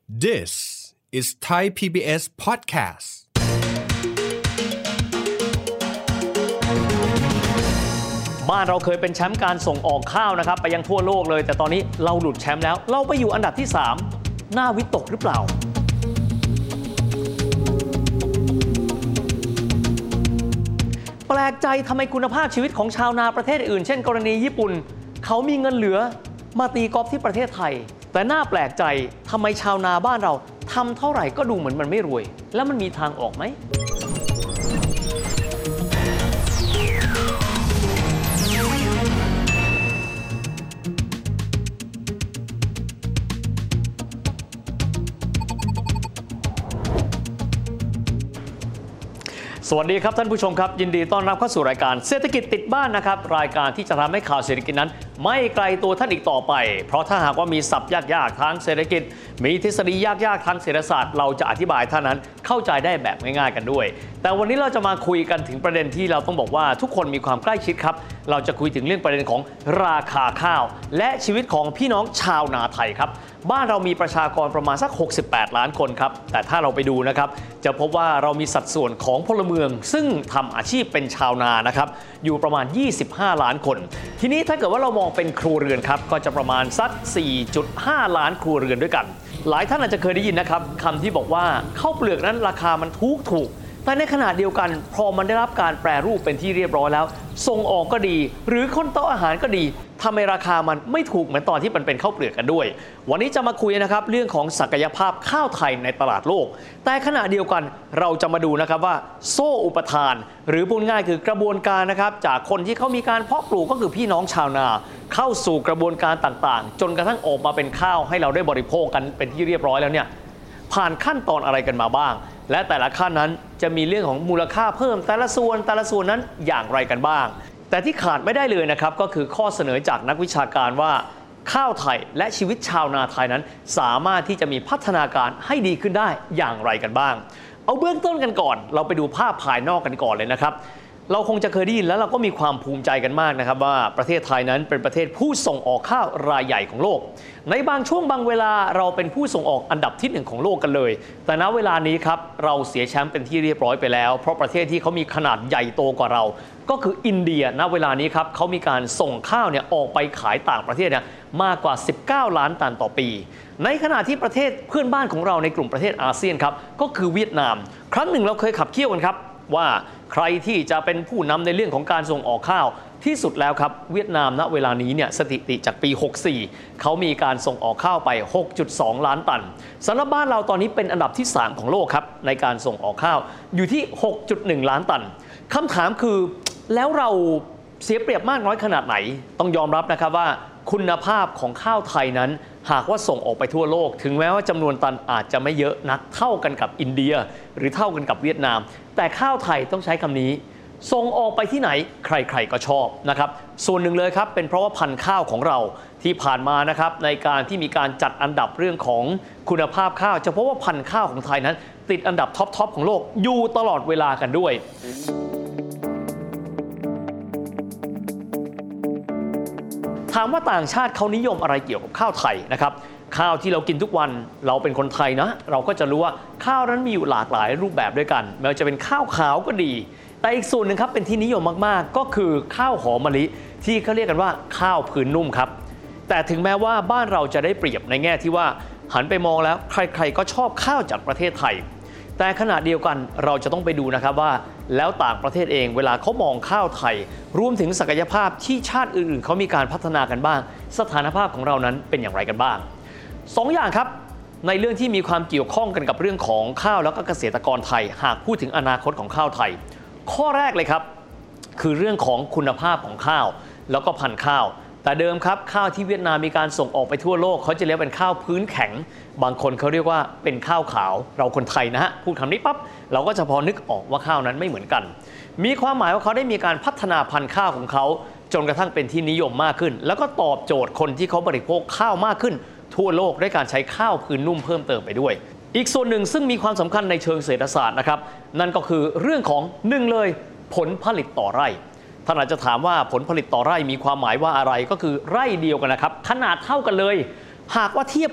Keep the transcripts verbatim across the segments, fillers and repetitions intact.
This is Thai พี บี เอส podcast บ้านเราเคยเป็นแชมป์การส่งออกข้าวนะครับไปยังทั่วโลกเลยแต่ตอนนี้เราหลุดแชมป์แล้วเราไปอยู่อันดับที่สามน่าวิตกหรือเปล่าแปลกใจทำไมคุณภาพชีวิตของชาวนาประเทศอื่นเช่นกรณีญี่ปุ่นเขามีเงินเหลือมาตีกอล์ฟที่ประเทศไทยแต่น่าแปลกใจทำไมชาวนาบ้านเราทำเท่าไหร่ก็ดูเหมือนมันไม่รวยแล้วมันมีทางออกไหมสวัสดีครับท่านผู้ชมครับยินดีต้อนรับเข้าสู่รายการเศรษฐกิจติดบ้านนะครับรายการที่จะทำให้ข่าวเศรษฐกิจนั้นไม่ไกลตัวท่านอีกต่อไปเพราะถ้าหากว่ามีศัพท์ยากๆทางเศรษฐกิจมีทฤษฎียากๆทางเศรษฐศาสตร์เราจะอธิบายท่านนั้นเข้าใจได้แบบง่ายๆกันด้วยแต่วันนี้เราจะมาคุยกันถึงประเด็นที่เราต้องบอกว่าทุกคนมีความใกล้ชิดครับเราจะคุยถึงเรื่องประเด็นของราคาข้าวและชีวิตของพี่น้องชาวนาไทยครับบ้านเรามีประชากรประมาณสักหกสิบแปดล้านคนครับแต่ถ้าเราไปดูนะครับจะพบว่าเรามีสัดส่วนของพลเมืองซึ่งทำอาชีพเป็นชาวนานะครับอยู่ประมาณยี่สิบห้าล้านคนทีนี้ถ้าเกิดว่าเรามองเป็นครัวเรือนครับก็จะประมาณสัก สี่จุดห้า ล้านครัวเรือนด้วยกันหลายท่านอาจจะเคยได้ยินนะครับคำที่บอกว่าข้าวเปลือกนั้นราคามันถูกถูกแต่ในขณะเดียวกันพอมันได้รับการแปรรูปเป็นที่เรียบร้อยแล้วส่งออกก็ดีหรือคนโต๊ะอาหารก็ดีทำไมราคามันไม่ถูกเหมือนตอนที่มันเป็นข้าวเปลือกกันด้วยวันนี้จะมาคุยนะครับเรื่องของศักยภาพข้าวไทยในตลาดโลกแต่ขณะเดียวกันเราจะมาดูนะครับว่าโซ่อุปทานหรือพูดง่ายคือกระบวนการนะครับจากคนที่เขามีการเพาะปลูกก็คือพี่น้องชาวนาเข้าสู่กระบวนการต่างๆจนกระทั่งออกมาเป็นข้าวให้เราได้บริโภคกันเป็นที่เรียบร้อยแล้วเนี่ยผ่านขั้นตอนอะไรกันมาบ้างและแต่ละขั้นนั้นจะมีเรื่องของมูลค่าเพิ่มแต่ละส่วนแต่ละส่วนนั้นอย่างไรกันบ้างแต่ที่ขาดไม่ได้เลยนะครับก็คือข้อเสนอจากนักวิชาการว่าข้าวไทยและชีวิตชาวนาไทยนั้นสามารถที่จะมีพัฒนาการให้ดีขึ้นได้อย่างไรกันบ้างเอาเบื้องต้นกันก่อนเราไปดูภาพภายนอกกันก่อนเลยนะครับเราคงจะเคยได้ยินแล้วเราก็มีความภูมิใจกันมากนะครับว่าประเทศไทยนั้นเป็นประเทศผู้ส่งออกข้าวรายใหญ่ของโลกในบางช่วงบางเวลาเราเป็นผู้ส่งออกอันดับที่หนึ่งของโลกกันเลยแต่ณเวลานี้ครับเราเสียแชมป์เป็นที่เรียบร้อยไปแล้วเพราะประเทศที่เขามีขนาดใหญ่โตกว่าเราก็คืออินเดียณเวลานี้ครับเขามีการส่งข้าวเนี่ยออกไปขายต่างประเทศเนี่ยมากกว่าสิบเก้าล้านตันต่อปีในขณะที่ประเทศเพื่อนบ้านของเราในกลุ่มประเทศอาเซียนครับก็คือเวียดนามครั้งหนึ่งเราเคยขับเคี่ยวกันครับว่าใครที่จะเป็นผู้นำในเรื่องของการส่งออกข้าวที่สุดแล้วครับเวียดนามณเวลานี้เนี่ยสถิติจากปีหกสิบสี่เขามีการส่งออกข้าวไป หกจุดสอง ล้านตันสำหรับบ้านเราตอนนี้เป็นอันดับที่สามของโลกครับในการส่งออกข้าวอยู่ที่ หกจุดหนึ่ง ล้านตันคำถามคือแล้วเราเสียเปรียบมากน้อยขนาดไหนต้องยอมรับนะครับว่าคุณภาพของข้าวไทยนั้นหากว่าส่งออกไปทั่วโลกถึงแม้ว่าจำนวนตันอาจจะไม่เยอะนักเท่ากันกับอินเดียหรือเท่ากันกับเวียดนามแต่ข้าวไทยต้องใช้คำนี้ส่งออกไปที่ไหนใครๆก็ชอบนะครับส่วนหนึ่งเลยครับเป็นเพราะว่าพันธุ์ข้าวของเราที่ผ่านมานะครับในการที่มีการจัดอันดับเรื่องของคุณภาพข้าวจะพบว่าพันธุ์ข้าวของไทยนั้นติดอันดับท็อปๆของโลกอยู่ตลอดเวลากันด้วยถามว่าต่างชาติเขานิยมอะไรเกี่ยวกับข้าวไทยนะครับข้าวที่เรากินทุกวันเราเป็นคนไทยนะเราก็จะรู้ว่าข้าวนั้นมีอยู่หลากหลายรูปแบบด้วยกันไม่ว่าจะเป็นข้าวขาวก็ดีแต่อีกส่วนหนึ่งครับเป็นที่นิยมมากๆก็คือข้าวหอมมะลิที่เขาเรียกกันว่าข้าวพื้นนุ่มครับแต่ถึงแม้ว่าบ้านเราจะได้เปรียบในแง่ที่ว่าหันไปมองแล้วใครๆก็ชอบข้าวจากประเทศไทยแต่ขณะเดียวกันเราจะต้องไปดูนะครับว่าแล้วต่างประเทศเองเวลาเขามองข้าวไทยรวมถึงศักยภาพที่ชาติอื่นๆเขามีการพัฒนากันบ้างสถานภาพของเรานั้นเป็นอย่างไรกันบ้างสองอย่างครับในเรื่องที่มีความเกี่ยวข้องกันกับเรื่องของข้าวแล้วก็เกษตรกรไทยหากพูดถึงอนาคตของข้าวไทยข้อแรกเลยครับคือเรื่องของคุณภาพของข้าวแล้วก็พันธุ์ข้าวแต่เดิมครับข้าวที่เวียดนามมีการส่งออกไปทั่วโลกเขาจะเรียกเป็นข้าวพื้นแข็งบางคนเขาเรียกว่าเป็นข้าวขาวเราคนไทยนะฮะพูดคำนี้ปั๊บเราก็จะพอนึกออกว่าข้าวนั้นไม่เหมือนกันมีความหมายว่าเขาได้มีการพัฒนาพันธุ์ข้าวของเขาจนกระทั่งเป็นที่นิยมมากขึ้นแล้วก็ตอบโจทย์คนที่เขาบริโภคข้าวมากขึ้นทั่วโลกด้วยการใช้ข้าวพื้นนุ่มเพิ่มเติมไปด้วยอีกส่วนหนึ่งซึ่งมีความสำคัญในเชิงเศรษฐศาสตร์นะครับนั่นก็คือเรื่องของหนึ่งเลยผลผลิตต่อไร่ท่านอาจจะถามว่าผลผลิตต่อไร่มีความหมายว่าอะไรก็คือไร่เดียวกันนะครับขนาดเท่ากันเลยหากว่าเทียบกัน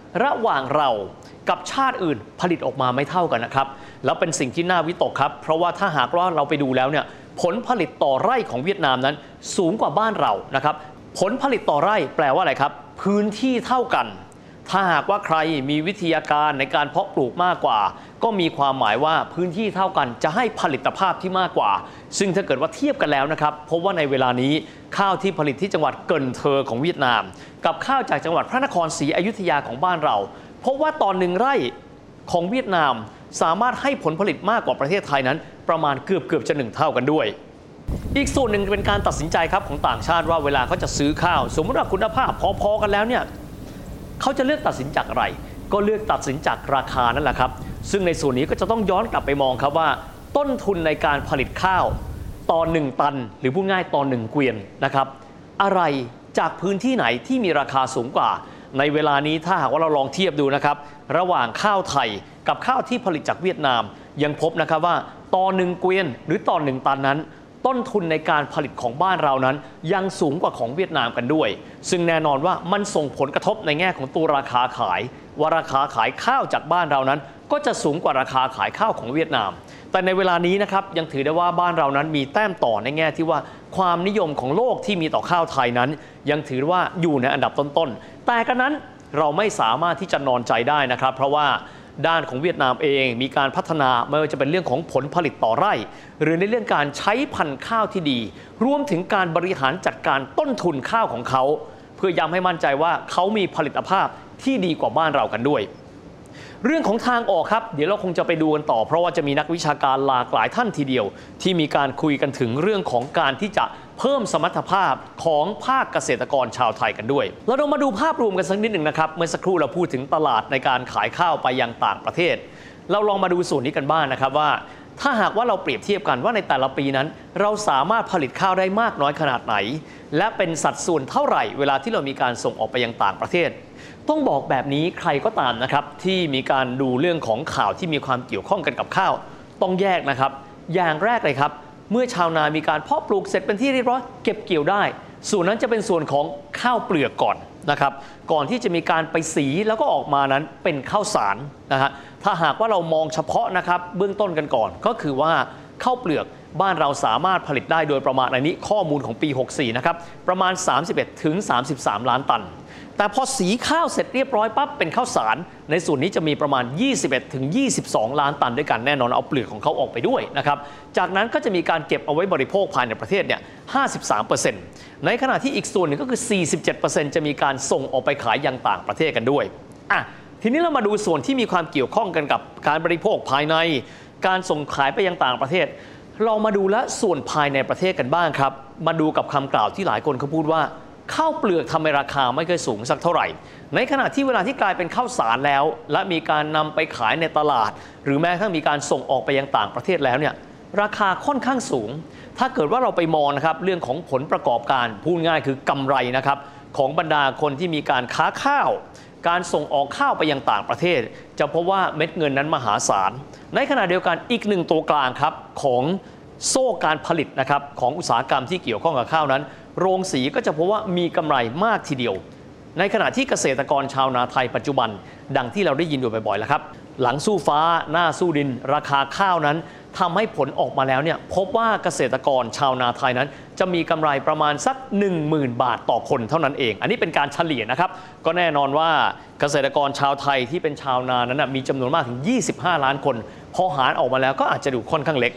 ระหว่างเรากับชาติอื่นผลิตออกมาไม่เท่ากันนะครับแล้วเป็นสิ่งที่น่าวิตกครับเพราะว่าถ้าหากว่าเราไปดูแล้วเนี่ยผลผลิตต่อไร่ของเวียดนามนั้นสูงกว่าบ้านเรานะครับผลผลิตต่อไร่แปลว่าอะไรครับพื้นที่เท่ากันถ้าหากว่าใครมีวิทยาการในการเพาะปลูกมากกว่าก็มีความหมายว่าพื้นที่เท่ากันจะให้ผลิตภาพที่มากกว่าซึ่งถ้าเกิดว่าเทียบกันแล้วนะครับพบว่าในเวลานี้ข้าวที่ผลิตที่จังหวัดเกินเทอของเวียดนามกับข้าวจากจังหวัดพระนครศรีอยุธยาของบ้านเราพบว่าตอนหนึ่งไร่ของเวียดนามสามารถให้ผลผลิตมากกว่าประเทศไทยนั้นประมาณเกือบเกือบจะหนึ่งเท่ากันด้วยอีกส่วนหนึ่งเป็นการตัดสินใจครับของต่างชาติว่าเวลาเขาจะซื้อข้าวสมมติว่าคุณภาพพอๆกันแล้วเนี่ยเขาจะเลือกตัดสินจากอะไรก็เลือกตัดสินจากราคานั่นแหละครับซึ่งในส่วนนี้ก็จะต้องย้อนกลับไปมองครับว่าต้นทุนในการผลิตข้าวต่อหนึ่งตันหรือพูดง่ายต่อหนึ่งเกวียนนะครับอะไรจากพื้นที่ไหนที่มีราคาสูงกว่าในเวลานี้ถ้าหากว่าเราลองเทียบดูนะครับระหว่างข้าวไทยกับข้าวที่ผลิตจากเวียดนามยังพบนะครับว่าต่อหนึ่งเกวียนหรือต่อหนึ่งตันนั้นต้นทุนในการผลิตของบ้านเรานั้นยังสูงกว่าของเวียดนามกันด้วยซึ่งแน่นอนว่ามันส่งผลกระทบในแง่ของตัวราคาขายว่าราคาขายข้าวจากบ้านเรานั้นก็จะสูงกว่าราคาขายข้าวของเวียดนามแต่ในเวลานี้นะครับยังถือได้ว่าบ้านเรานั้นมีแต้มต่อในแง่ที่ว่าความนิยมของโลกที่มีต่อข้าวไทยนั้นยังถือว่าอยู่ในอันดับต้นๆแต่กระนั้นเราไม่สามารถที่จะนอนใจได้นะครับเพราะว่าด้านของเวียดนามเองมีการพัฒนาไม่ว่าจะเป็นเรื่องของผลผลิตต่อไร่หรือในเรื่องการใช้พันธุ์ข้าวที่ดีรวมถึงการบริหารจัดการต้นทุนข้าวของเขาเพื่อย้ำให้มั่นใจว่าเขามีผลิตภาพที่ดีกว่าบ้านเรากันด้วยเรื่องของทางออกครับเดี๋ยวเราคงจะไปดูกันต่อเพราะว่าจะมีนักวิชาการหลากหลายท่านทีเดียวที่มีการคุยกันถึงเรื่องของการที่จะเพิ่มสมรรถภาพของภาคเกษตรกรชาวไทยกันด้วยเราลองมาดูภาพรวมกันสักนิดหนึ่งนะครับเมื่อสักครู่เราพูดถึงตลาดในการขายข้าวไปยังต่างประเทศเราลองมาดูส่วนนี้กันบ้าง น, นะครับว่าถ้าหากว่าเราเปรียบเทียบกันว่าในแต่ละปีนั้นเราสามารถผลิตข้าวได้มากน้อยขนาดไหนและเป็นสัดส่วนเท่าไหร่เวลาที่เรามีการส่งออกไปยังต่างประเทศต้องบอกแบบนี้ใครก็ตามนะครับที่มีการดูเรื่องของข่าวที่มีความเกี่ยวข้องกันกับข้าวต้องแยกนะครับอย่างแรกเลยครับเมื่อชาวนามีการเพาะปลูกเสร็จเป็นที่เรียบร้อยเก็บเกี่ยวได้ส่วนนั้นจะเป็นส่วนของข้าวเปลือกก่อนนะครับก่อนที่จะมีการไปสีแล้วก็ออกมานั้นเป็นข้าวสารนะฮะถ้าหากว่าเรามองเฉพาะนะครับเบื้องต้นกันก่อนก็คือว่าข้าวเปลือกบ้านเราสามารถผลิตได้โดยประมาณในนี้ข้อมูลของปีหกสิบสี่นะครับประมาณ สามสิบเอ็ดถึงสามสิบสาม ล้านตันแต่พอสีข้าวเสร็จเรียบร้อยปั๊บเป็นข้าวสารในส่วนนี้จะมีประมาณ ยี่สิบเอ็ดถึงยี่สิบสอง ล้านตันด้วยกันแน่นอนเอาเปลือกของเขาออกไปด้วยนะครับจากนั้นก็จะมีการเก็บเอาไว้บริโภคภายในประเทศเนี่ย ห้าสิบสามเปอร์เซ็นต์ ในขณะที่อีกส่วนหนึ่งก็คือ สี่สิบเจ็ดเปอร์เซ็นต์ จะมีการส่งออกไปขายยังต่างประเทศกันด้วยอ่ะทีนี้เรามาดูส่วนที่มีความเกี่ยวข้องกันกับการบริโภคภายในการส่งขายไปยังต่างประเทศเรามาดูและส่วนภายในประเทศกันบ้างครับมาดูกับคำกล่าวที่หลายคนเขาพูดว่าข้าวเปลือกทำไมราคาไม่เคยสูงสักเท่าไหร่ในขณะที่เวลาที่กลายเป็นข้าวสารแล้วและมีการนำไปขายในตลาดหรือแม้กระทั่งมีการส่งออกไปยังต่างประเทศแล้วเนี่ยราคาค่อนข้างสูงถ้าเกิดว่าเราไปมองนะครับเรื่องของผลประกอบการพูดง่ายคือกำไรนะครับของบรรดาคนที่มีการค้าข้าวการส่งออกข้าวไปยังต่างประเทศจะพบว่าเม็ดเงินนั้นมหาศาลในขณะเดียวกันอีกหนึ่งตัวกลางครับของโซ่การผลิตนะครับของอุตสาหกรรมที่เกี่ยวข้องกับข้าวนั้นโรงสีก็จะพบว่ามีกำไรมากทีเดียวในขณะที่เกษตรกรชาวนาไทยปัจจุบันดังที่เราได้ยินอยู่บ่อยๆแล้วครับหลังสู้ฟ้าหน้าสู้ดินราคาข้าวนั้นทำให้ผลออกมาแล้วเนี่ยพบว่าเกษตรกรชาวนาไทยนั้นจะมีกำไรประมาณสัก หนึ่งหมื่น บาทต่อคนเท่านั้นเองอันนี้เป็นการเฉลี่ยนะครับก็แน่นอนว่าเกษตรกรชาวไทยที่เป็นชาวนานั้นมีจำนวนมากถึงยี่สิบห้าล้านคนพอหารออกมาแล้วก็อาจจะดูค่อนข้างเล็ก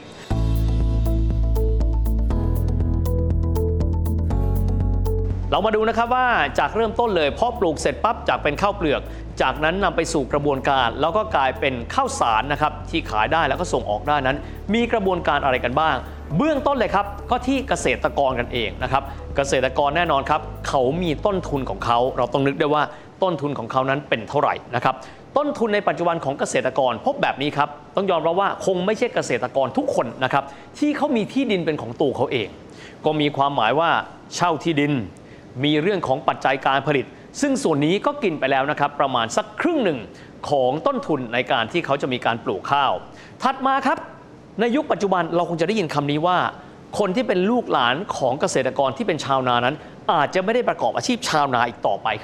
เรามาดูนะครับว่าจากเริ่มต้นเลยพอปลูกเสร็จปั๊บจากเป็นข้าวเปลือกจากนั้นนำไปสู่กระบวนการแล้วก็กลายเป็นข้าวสารนะครับที่ขายได้แล้วก็ส่งออกได้นั้นมีกระบวนการอะไรกันบ้างเบื้องต้นเลยครับก็ที่เกษตรกรกันเองนะครับเกษตรกรแน่นอนครับเขามีต้นทุนของเขาเราต้องนึกได้ว่าต้นทุนของเขานั้นเป็นเท่าไหร่นะครับต้นทุนในปัจจุบันของเกษตรกรพบแบบนี้ครับต้องยอมรับว่าคงไม่ใช่เกษตรกรทุกคนนะครับที่เขามีที่ดินเป็นของตัวเขาเองก็มีความหมายว่าเช่าที่ดินมีเรื่องของปัจจัยการผลิตซึ่งส่วนนี้ก็กินไปแล้วนะครับประมาณสักครึ่งหนึ่งของต้นทุนในการที่เขาจะมีการปลูกข้าวถัดมาครับในยุคปัจจุบันเราคงจะได้ยินคำนี้ว่าคนที่เป็นลูกหลานของเกษตรกรที่เป็นชาวนานั้นอาจจะไม่ได้ประกอบอาชีพชาวนาอีกต่อไปครับ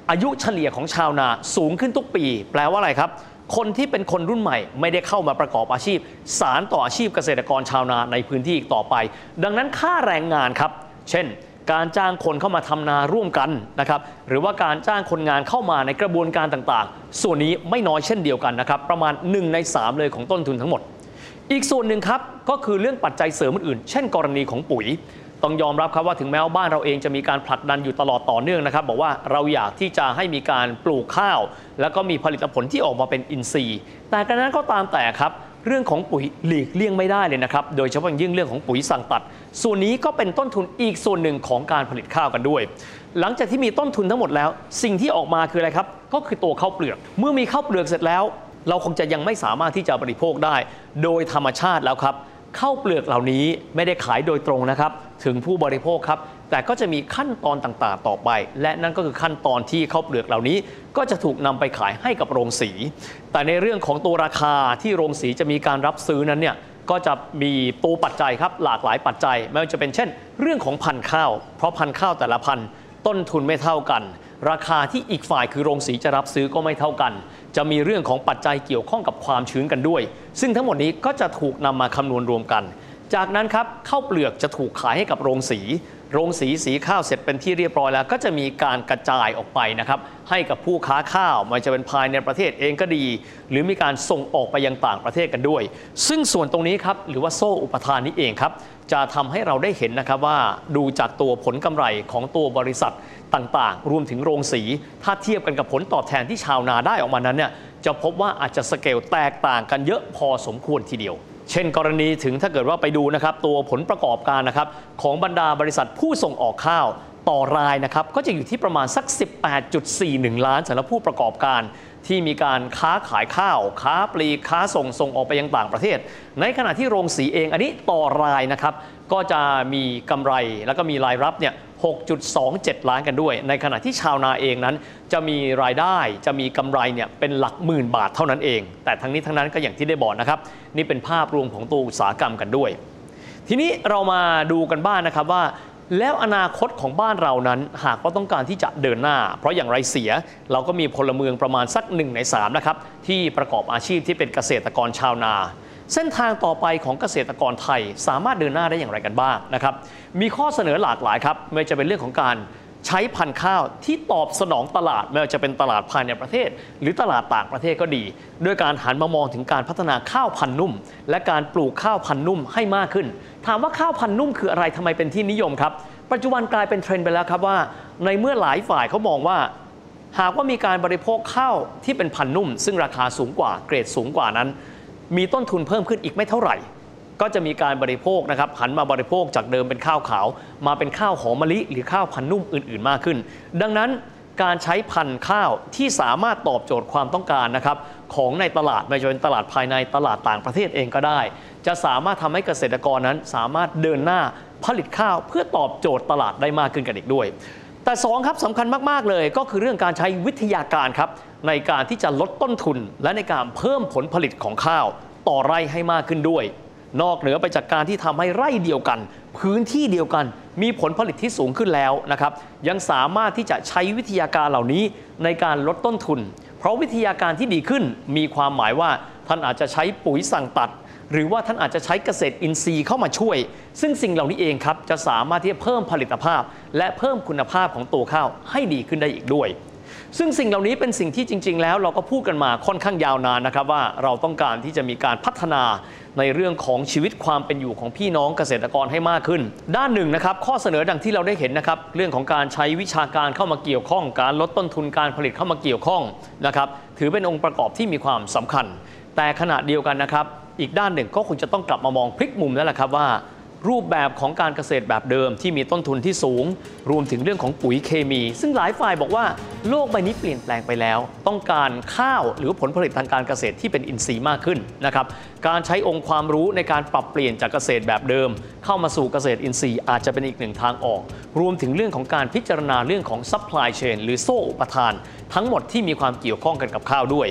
อายุเฉลี่ยของชาวนาสูงขึ้นทุกปีแปลว่าอะไรครับคนที่เป็นคนรุ่นใหม่ไม่ได้เข้ามาประกอบอาชีพสานต่ออาชีพเกษตรกรชาวนาในพื้นที่อีกต่อไปดังนั้นค่าแรงงานครับเช่นการจ้างคนเข้ามาทำนาร่วมกันนะครับหรือว่าการจ้างคนงานเข้ามาในกระบวนการต่างๆส่วนนี้ไม่น้อยเช่นเดียวกันนะครับประมาณหนึ่งในสามเลยของต้นทุนทั้งหมดอีกส่วนหนึ่งครับก็คือเรื่องปัจจัยเสริมอื่นๆเช่นกรณีของปุ๋ยต้องยอมรับครับว่าถึงแม้ว่าบ้านเราเองจะมีการผลักดันอยู่ตลอดต่อเนื่องนะครับบอกว่าเราอยากที่จะให้มีการปลูกข้าวแล้วก็มีผลิตผลที่ออกมาเป็นอินทรีย์แต่กระนั้นก็ตามแต่ครับเรื่องของปุ๋ยหลีกเลี่ยงไม่ได้เลยนะครับโดยเฉพาะยิ่งเรื่องของปุ๋ยสั่งตัดส่วนนี้ก็เป็นต้นทุนอีกส่วนหนึ่งของการผลิตข้าวกันด้วยหลังจากที่มีต้นทุนทั้งหมดแล้วสิ่งที่ออกมาคืออะไรครับก็คือตัวข้าวเปลือกเมื่อมีข้าวเปลือกเสร็จแล้วเราคงจะยังไม่สามารถที่จะบริโภคได้โดยธรรมชาติแล้วครับข้าวเปลือกเหล่านี้ไม่ได้ขายโดยตรงนะครับถึงผู้บริโภคครับแต่ก็จะมีขั้นตอนต่างๆต่อไปและนั่นก็คือขั้นตอนที่ข้าวเปลือกเหล่านี้ก็จะถูกนำไปขายให้กับโรงสีแต่ในเรื่องของตัวราคาที่โรงสีจะมีการรับซื้อนั้นเนี่ยก็จะมีตัวปัจจัยครับหลากหลายปัจจัยไม่ว่าจะเป็นเช่นเรื่องของพันธุ์ข้าวเพราะพันธุ์ข้าวแต่ละพันธุ์ต้นทุนไม่เท่ากันราคาที่อีกฝ่ายคือโรงสีจะรับซื้อก็ไม่เท่ากันจะมีเรื่องของปัจจัยเกี่ยวข้องกับความชื้นกันด้วยซึ่งทั้งหมดนี้ก็จะถูกนำมาคำนวณรวมกันจากนั้นครับข้าวเปลือกจะถูกขายให้กับโรงสีโรงสีสีข้าวเสร็จเป็นที่เรียบร้อยแล้วก็จะมีการกระจายออกไปนะครับให้กับผู้ค้าข้าวไม่ว่าจะเป็นภายในประเทศเองก็ดีหรือมีการส่งออกไปยังต่างประเทศกันด้วยซึ่งส่วนตรงนี้ครับหรือว่าโซ่อุปทานนี้เองครับจะทำให้เราได้เห็นนะครับว่าดูจากตัวผลกำไรของตัวบริษัทต่างๆรวมถึงโรงสีถ้าเทียบกันกับผลตอบแทนที่ชาวนาได้ออกมานั้นเนี่ยจะพบว่าอาจจะสเกลแตกต่างกันเยอะพอสมควรทีเดียวเช่นกรณีถึงถ้าเกิดว่าไปดูนะครับตัวผลประกอบการนะครับของบรรดาบริษัทผู้ส่งออกข้าวต่อรายนะครับก็จะอยู่ที่ประมาณสัก สิบแปดจุดสี่หนึ่ง ล้านสำหรับผู้ประกอบการที่มีการค้าขายข้าวค้าปลีกค้าส่งส่งออกไปยังต่างประเทศในขณะที่โรงสีเองอันนี้ต่อรายนะครับก็จะมีกำไรแล้วก็มีรายรับเนี่ย หกจุดสองเจ็ด ล้านกันด้วยในขณะที่ชาวนาเองนั้นจะมีรายได้จะมีกำไรเนี่ยเป็นหลักหมื่นบาทเท่านั้นเองแต่ทั้งนี้ทั้งนั้นก็อย่างที่ได้บอกนะครับนี่เป็นภาพรวมของตัวอุตสาหกรรมกันด้วยทีนี้เรามาดูกันบ้าง น, นะครับว่าแล้วอนาคตของบ้านเรานั้นหากว่าต้องการที่จะเดินหน้าเพราะอย่างไรเสียเราก็มีพลเมืองประมาณสักหนึ่งในสามนะครับที่ประกอบอาชีพที่เป็นเกษตรกรชาวนาเส้นทางต่อไปของเกษตรกรไทยสามารถเดินหน้าได้อย่างไรกันบ้างนะครับมีข้อเสนอหลากหลายครับไม่ว่าจะเป็นเรื่องของการใช้พันธุ์ข้าวที่ตอบสนองตลาดไม่ว่าจะเป็นตลาดภายในประเทศหรือตลาดต่างประเทศก็ดีด้วยการหันมามองถึงการพัฒนาข้าวพันธุ์นุ่มและการปลูกข้าวพันธุ์นุ่มให้มากขึ้นถามว่าข้าวพันธุ์นุ่มคืออะไรทำไมเป็นที่นิยมครับปัจจุบันกลายเป็นเทรนด์ไปแล้วครับว่าในเมื่อหลายฝ่ายเขามองว่าหากว่ามีการบริโภคข้าวที่เป็นพันธุ์นุ่มซึ่งราคาสูงกว่าเกรดสูงกว่านั้นมีต้นทุนเพิ่มขึ้นอีกไม่เท่าไหร่ก็จะมีการบริโภคนะครับหันมาบริโภคจากเดิมเป็นข้าวขาวมาเป็นข้าวหอมมะลิหรือข้าวพันธุ์นุ่มอื่นๆมากขึ้นดังนั้นการใช้พันธุ์ข้าวที่สามารถตอบโจทย์ความต้องการนะครับของในตลาดไม่ว่าจะเป็นตลาดภายในตลาดต่างประเทศเองก็ได้จะสามารถทำให้เกษตรกรนั้นสามารถเดินหน้าผลิตข้าวเพื่อตอบโจทย์ตลาดได้มากขึ้นกันอีกด้วยแต่สองครับสำคัญมากๆเลยก็คือเรื่องการใช้วิทยาการครับในการที่จะลดต้นทุนและในการเพิ่มผลผลิตของข้าวต่อไร่ให้มากขึ้นด้วยนอกเหนือไปจากการที่ทำให้ไร่เดียวกันพื้นที่เดียวกันมีผลผลิตที่สูงขึ้นแล้วนะครับยังสามารถที่จะใช้วิทยาการเหล่านี้ในการลดต้นทุนเพราะวิทยาการที่ดีขึ้นมีความหมายว่าท่านอาจจะใช้ปุ๋ยสั่งตัดหรือว่าท่านอาจจะใช้เกษตรอินทรีย์เข้ามาช่วยซึ่งสิ่งเหล่านี้เองครับจะสามารถที่จะเพิ่มผลิตภาพและเพิ่มคุณภาพของตัวข้าวให้ดีขึ้นได้อีกด้วยซึ่งสิ่งเหล่านี้เป็นสิ่งที่จริงๆแล้วเราก็พูดกันมาค่อนข้างยาวนานนะครับว่าเราต้องการที่จะมีการพัฒนาในเรื่องของชีวิตความเป็นอยู่ของพี่น้องเกษตรกรให้มากขึ้นด้านหนึ่งนะครับข้อเสนอดังที่เราได้เห็นนะครับเรื่องของการใช้วิชาการเข้ามาเกี่ยวข้องการลดต้นทุนการผลิตเข้ามาเกี่ยวข้องนะครับถือเป็นองค์ประกอบที่มีความสำคัญแต่ขณะเดียวกันนะครับอีกด้านหนึ่งก็คงจะต้องกลับมามองพลิกมุมแล้วแหละครับว่ารูปแบบของการเกษตรแบบเดิมที่มีต้นทุนที่สูงรวมถึงเรื่องของปุ๋ยเคมีซึ่งหลายฝ่ายบอกว่าโลกใบนี้เปลี่ยนแปลงไปแล้วต้องการข้าวหรือผลผลิตทางการเกษตรที่เป็นอินทรีย์มากขึ้นนะครับการใช้องค์ความรู้ในการปรับเปลี่ยนจากเกษตรแบบเดิมเข้ามาสู่เกษตรอินทรีย์อาจจะเป็นอีกหนึ่งทางออกรวมถึงเรื่องของการพิจารณาเรื่องของซัพพลายเชนหรือโซ่อุปทานทั้งหมดที่มีความเกี่ยวข้องกันกับข้าวด้วย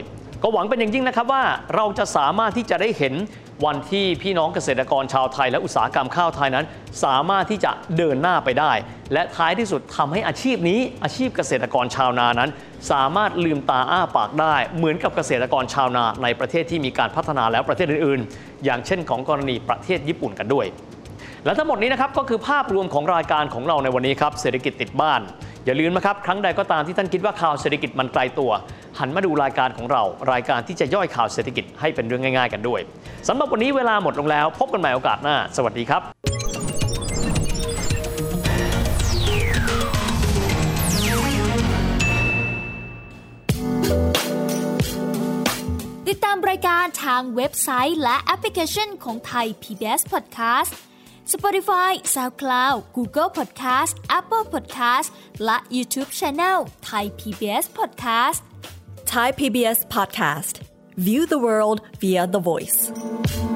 ก็หวังเป็นอย่างยิ่งนะครับว่าเราจะสามารถที่จะได้เห็นวันที่พี่น้องเกษตรกรชาวไทยและอุตสาหกรรมข้าวไทยนั้นสามารถที่จะเดินหน้าไปได้และท้ายที่สุดทำให้อาชีพนี้อาชีพเกษตรกรชาวนานั้นสามารถลืมตาอ้าปากได้เหมือนกับเกษตรกรชาวนาในประเทศที่มีการพัฒนาแล้วประเทศอื่นๆอย่างเช่นของกรณีประเทศญี่ปุ่นกันด้วยและทั้งหมดนี้นะครับก็คือภาพรวมของรายการของเราในวันนี้ครับเศรษฐกิจติดบ้านอย่าลืมนะครับครั้งใดก็ตามที่ท่านคิดว่าข่าวเศรษฐกิจมันไกลตัวหันมาดูรายการของเรารายการที่จะย่อยข่าวเศรษฐกิจให้เป็นเรื่องง่ายๆกันด้วยสำหรับวันนี้เวลาหมดลงแล้วพบกันใหม่โอกาสหน้าสวัสดีครับติดตามรายการทางเว็บไซต์และแอปพลิเคชันของไทย พี บี เอส Podcast Spotify, SoundCloud, Google Podcast, Apple Podcast และ YouTube Channel Thai พี บี เอส Podcast Thai พี บี เอส Podcast. View the world via the voice.